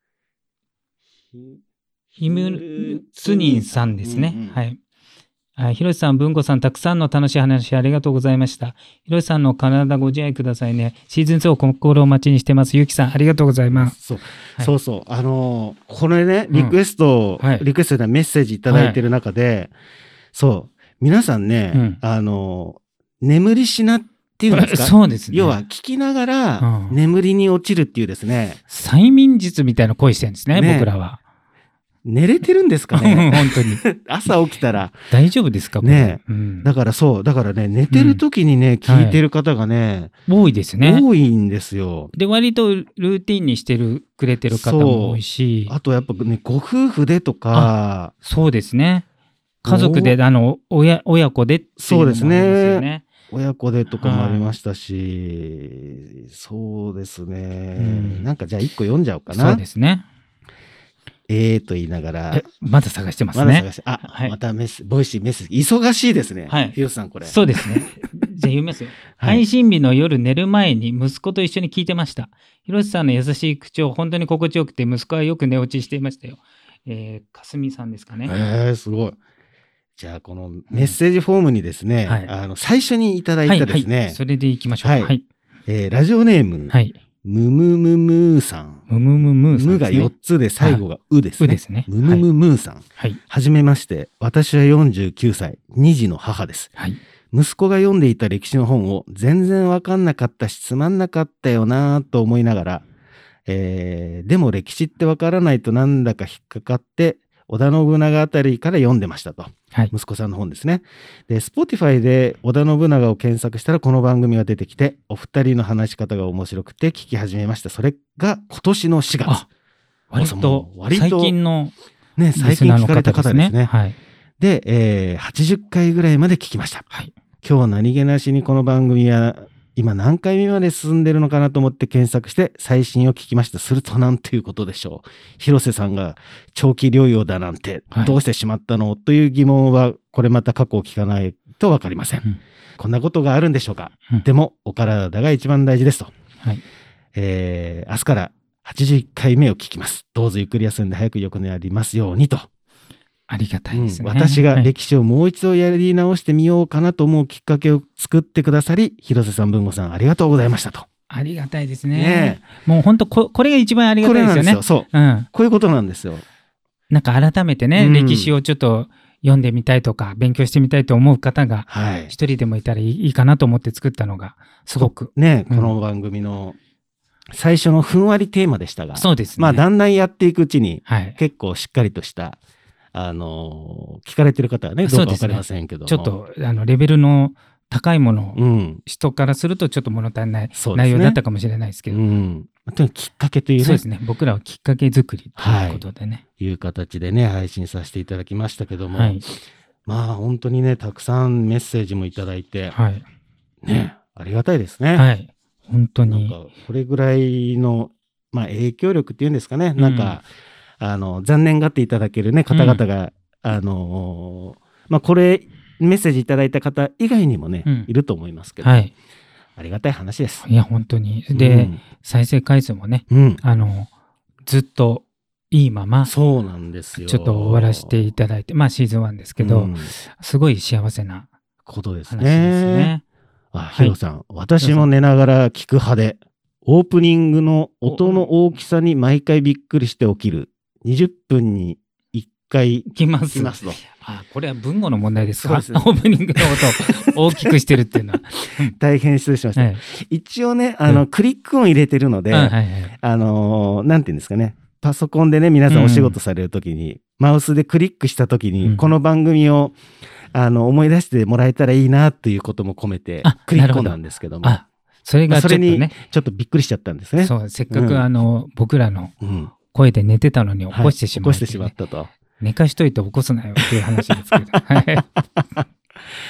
ツニンさんですね。はい。ひろしさん、文吾さん、たくさんの楽しい話ありがとうございました。ひろしさんの体ご自愛くださいね。シーズン2を心を待ちにしてます。ゆきさん、ありがとうございます。 そうそう。これね、リクエストでメッセージいただいてる中で、そう、皆さんね、眠りしなっていうんですか？ そうですね。 要は、聞きながら眠りに落ちるっていうですね。 催眠術みたいな声してるんですね、僕らは。 寝れてるんですかね本当に。 朝起きたら。 大丈夫ですかね、だからね、寝てる時にね、聞いてる方がね、 多いですね。 多いんですよ。 で、割とルーティンにしてくれてる方も多いし。 あとやっぱね、ご夫婦でとか。 そうですね。家族で、親子でっていうのもありますよね。 そうですね。親子でとかもありましたし、そうですね。なんかじゃあ一個読んじゃおうかな。 そうですね。 と言いながら。 まだ探してますね。 またボイシーメッセージ。忙しいですね。 はい。 ひろさん、これ。 そうですね。じゃあ読みますよ。配信日の夜寝る前に息子と一緒に聞いてました。ひろしさんの優しい口調、本当に心地よくて、息子はよく寝落ちしていましたよ。かすみさんですかね。 すごい。じゃあ、このメッセージフォームにですね、最初にいただいたですね。 それでいきましょう。 はい。ラジオネーム。 はい。 ムムムムーさん。 ムムムムーさん。 ムが4つで最後がうですね。 うですね。 ムムムムーさん。 はい。 はじめまして。私は49歳、2児の母です。 はい。 息子が読んでいた歴史の本を全然わかんなかったし、つまんなかったよなぁと思いながら、でも歴史ってわからないとなんだか引っかかって、織田信長あたりから読んでましたと。はい、息子さんの本ですね。で、Spotify で織田信長を検索したらこの番組が出てきて、お二人の話し方が面白くて聞き始めました。それが今年の4月。 割と最近のね、最近聞かれた方ですね。はい、で、80回ぐらいまで聞きました。はい、今日は何気なしにこの番組は今何回目まで進んでるのかなと思って検索して最新を聞きました。するとなんていうことでしょう。広瀬さんが長期療養だなんてどうしてしまったの、という疑問はこれまた過去を聞かないと分かりません。こんなことがあるんでしょうか。でもお体が一番大事ですと。はい、明日から81回目を聞きます。どうぞゆっくり休んで早く良くなりますようにと。 ありがたいですね。 私が歴史をもう一度やり直してみようかなと思うきっかけを作ってくださり、広瀬さん、文吾さん、ありがとうございましたと。 ありがたいですね。もう本当これが一番ありがたいですよね。これなんですよ。 そう。こういうことなんですよ。 なんか改めてね、歴史をちょっと読んでみたいとか、勉強してみたいと思う方が、一人でもいたらいいかなと思って作ったのが、すごく。 ね、この番組の最初のふんわりテーマでしたが、 そうですね。 まあ、だんだんやっていくうちに、結構しっかりとした、聞かれてる方はね、どうかわかりませんけども。 ちょっと、レベルの高いものを、人からするとちょっと物足りない内容だったかもしれないですけど。 きっかけというね。 そうですね。僕らはきっかけ作りということでね。 いう形でね、配信させていただきましたけども。まあ、本当にね、たくさんメッセージもいただいて、ね、ありがたいですね。 はい。本当に。 なんか、これぐらいの、まあ、影響力っていうんですかね。なんか、残念がっていただけるね、方々が、まあ、これ、メッセージいただいた方以外にもね、いると思いますけど、ありがたい話です。 いや、本当に。で、再生回数もね、ずっといいまま、 そうなんですよ。 ちょっと終わらせていただいて、まあ、シーズン1ですけど、すごい幸せなことですね。 ヒロさん、私も寝ながら聞く派で、オープニングの音の大きさに毎回びっくりして起きる。20分に1回来ますと。これは文語の問題ですか？そうですね。オープニングの音を大きくしてるっていうのは。 大変失礼しました。一応ね、クリック音入れてるので、なんていうんですかね、パソコンでね、皆さんお仕事されるときに、マウスでクリックしたときに、この番組を思い出してもらえたらいいなということも込めて、クリック音なんですけども。 それがちょっとね。それにちょっとびっくりしちゃったんですね。 そう、せっかく僕らの声で寝てたのに起こしてしまう、 起こしてしまったと。 寝かしといて起こすなよっていう話ですけど。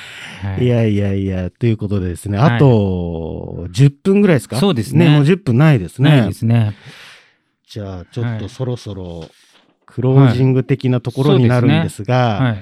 はいいやいやいや、ということでですね、あと10分ぐらいですか？ そうですね。 もう10分ないですね。 ないですね。 じゃあ、ちょっとそろそろクロージング的なところになるんですが、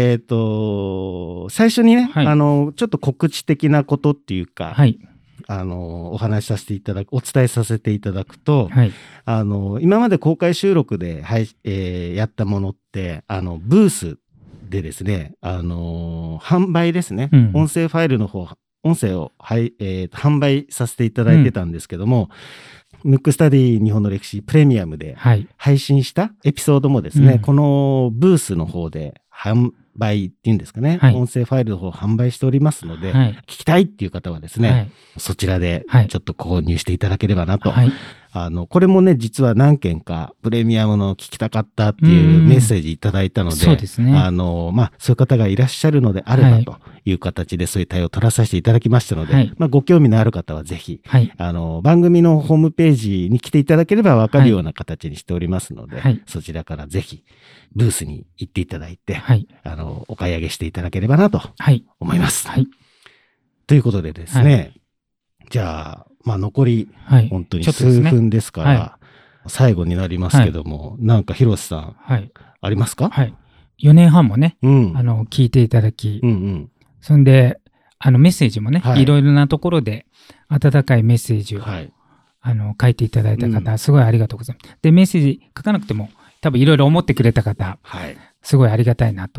最初にね、ちょっと告知的なことっていうか、お話しさせていただく、お伝えさせていただくと、今まで公開収録で、やったものって、ブースでですね、販売ですね、音声ファイルの方、音声を、販売させていただいてたんですけども、ムックスタディ日本の歴史プレミアムで配信したエピソードもですね、このブースの方で販売っていうんですかね、音声ファイルの方を販売しておりますので、聞きたいっていう方はですね、そちらでちょっと購入していただければなと。これもね、実は何件かプレミアムの聞きたかったっていうメッセージいただいたので、そうですね。そういう方がいらっしゃるのであればという形でそういう対応を取らさせていただきましたので、ご興味のある方はぜひ、番組のホームページに来ていただければわかるような形にしておりますので、そちらからぜひブースに行っていただいて、お買い上げしていただければなと思います。ということでですね、じゃあ、残り本当に数分ですから、最後になりますけども、なんか広瀬さん、ありますか ？4年半もね、聞いていただき、そんで、メッセージもね、いろいろなところで温かいメッセージを、書いていただいた方、すごいありがとうございます。で、メッセージ書かなくても、多分いろいろ思ってくれた方、すごいありがたいなと。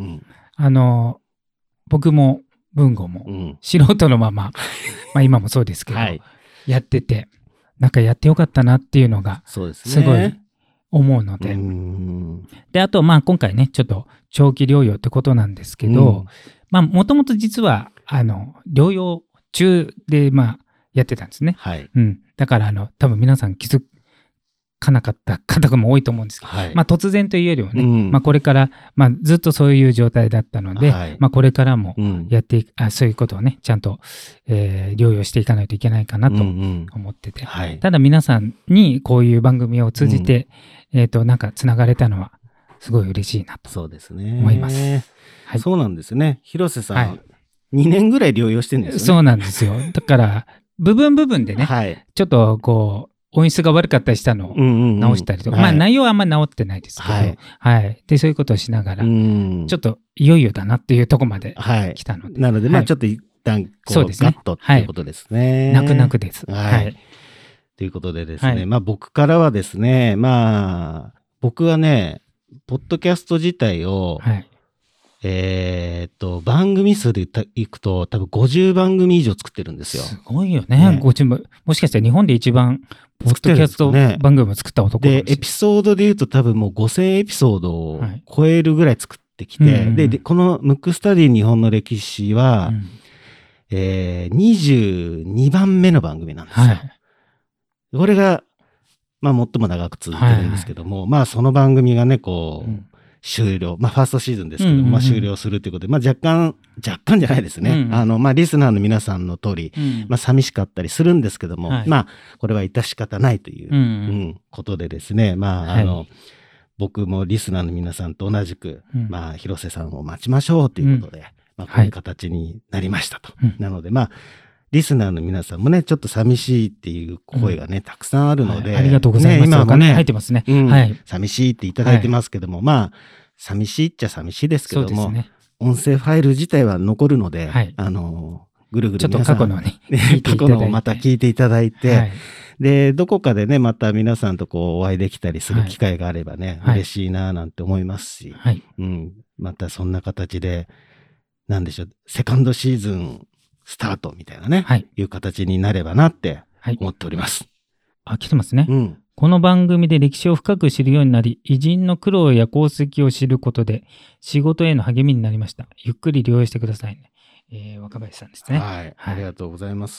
僕も文吾も素人のまま、今もそうですけど、やってて、なんかやってよかったなっていうのが、すごい思うので。で、あと、今回ね、ちょっと長期療養ってことなんですけど、もともと実は、療養中で、やってたんですね。だから、多分皆さん気づかなかった方も多いと思うんですけど、突然というよりもね、これから、ずっとそういう状態だったので、これからもやっていく、そういうことをね、ちゃんと、療養していかないといけないかなと思ってて、ただ皆さんにこういう番組を通じて、なんかつながれたのは、すごい嬉しいなと思います。 そうなんですね。広瀬さん、2年ぐらい療養してるんですよね。 そうなんですよ。だから、部分でね、ちょっとこう、音質が悪かったりしたのを直したりとか、内容はあんまり直ってないですけど、で、そういうことをしながら、ちょっといよいよだなっていうところまで来たので。 なので、ちょっと一旦、ガッとっていうことですね。 泣く泣くです。 ということでですね、僕からはですね、僕はね、ポッドキャスト自体を、番組数でいくと多分50番組以上作ってるんですよ。 すごいよね。もしかしたら日本で一番ポッドキャスト番組を作った男で、エピソードで言うと多分もう5000エピソードを超えるぐらい作ってきて、で、このムックスタディ日本の歴史は、22番目の番組なんですよ。これが、最も長く続いてるんですけども、その番組がね、終了。ファーストシーズンですけども、終了するということで、若干じゃないですね。リスナーの皆さんの通り、寂しかったりするんですけども、これは致し方ないという、ことでですね、僕もリスナーの皆さんと同じく、広瀬さんを待ちましょうということで、こういう形になりましたと。なので、リスナーの皆さんもね、ちょっと寂しいっていう声がね、たくさんあるので、 ありがとうございます。今もね、入ってますね。 寂しいっていただいてますけども、寂しいっちゃ寂しいですけども、音声ファイル自体は残るので、ぐるぐる皆さん、 ちょっと過去のね、 過去のをまた聞いていただいて、で、どこかでね、また皆さんとお会いできたりする機会があればね、嬉しいななんて思いますし、またそんな形で、なんでしょう、セカンドシーズン、スタートみたいなね、いう形になればなって思っております。 来てますね。この番組で歴史を深く知るようになり、偉人の苦労や功績を知ることで、仕事への励みになりました。ゆっくり療養してくださいね。若林さんですね。 ありがとうございます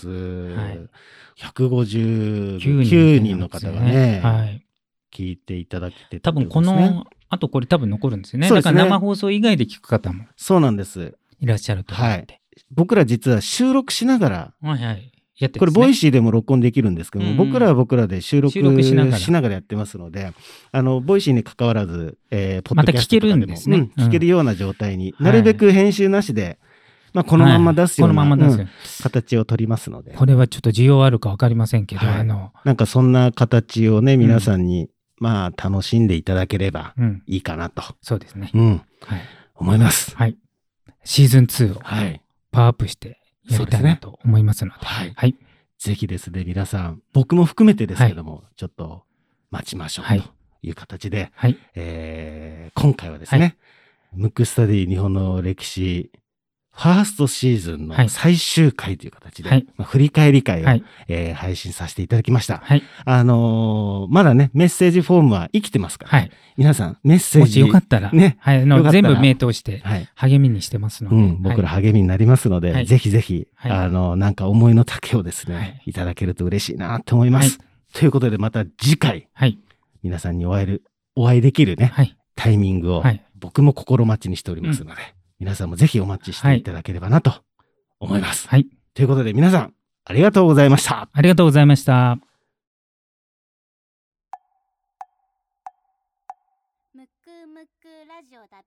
。159人の方がね、聞いていただけて多分この、あとこれ多分残るんですよね。だから生放送以外で聞く方も。 そうなんです。 いらっしゃると思って。 僕ら実は収録しながら、これボイシーでも録音できるんですけども、僕らは僕らで収録しながらやってますので、ボイシーに関わらず、ポッドキャストとかでも聞けるような状態に、なるべく編集なしでまあ、このまま出すような、形を取りますので。 これはちょっと需要あるか分かりませんけど、 なんかそんな形をね、皆さんに、まあ、楽しんでいただければいいかなと。 そうですね。 思います。 はい。シーズン2をパワーアップしてやりたいなと思いますので。はい。 ぜひですね、皆さん、僕も含めてですけども、ちょっと待ちましょうという形で、今回はですね、ムックスタディ日本の歴史、ファーストシーズンの最終回という形で、振り返り会を、配信させていただきました。まだね、メッセージフォームは生きてますから、皆さんメッセージ。 もしよかったら、全部目通して励みにしてますので。 僕ら励みになりますので、ぜひぜひ、なんか思いの丈をですね、いただけると嬉しいなと思います。ということで、また次回、皆さんにお会いできるね、タイミングを、僕も心待ちにしておりますので、皆さんもぜひお待ちしていただければなと思います。ということで皆さん、ありがとうございました。 ありがとうございました。 むくむくラジオだべ。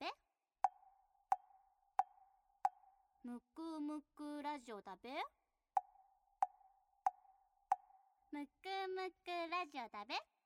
むくむくラジオだべ。むくむくラジオだべ。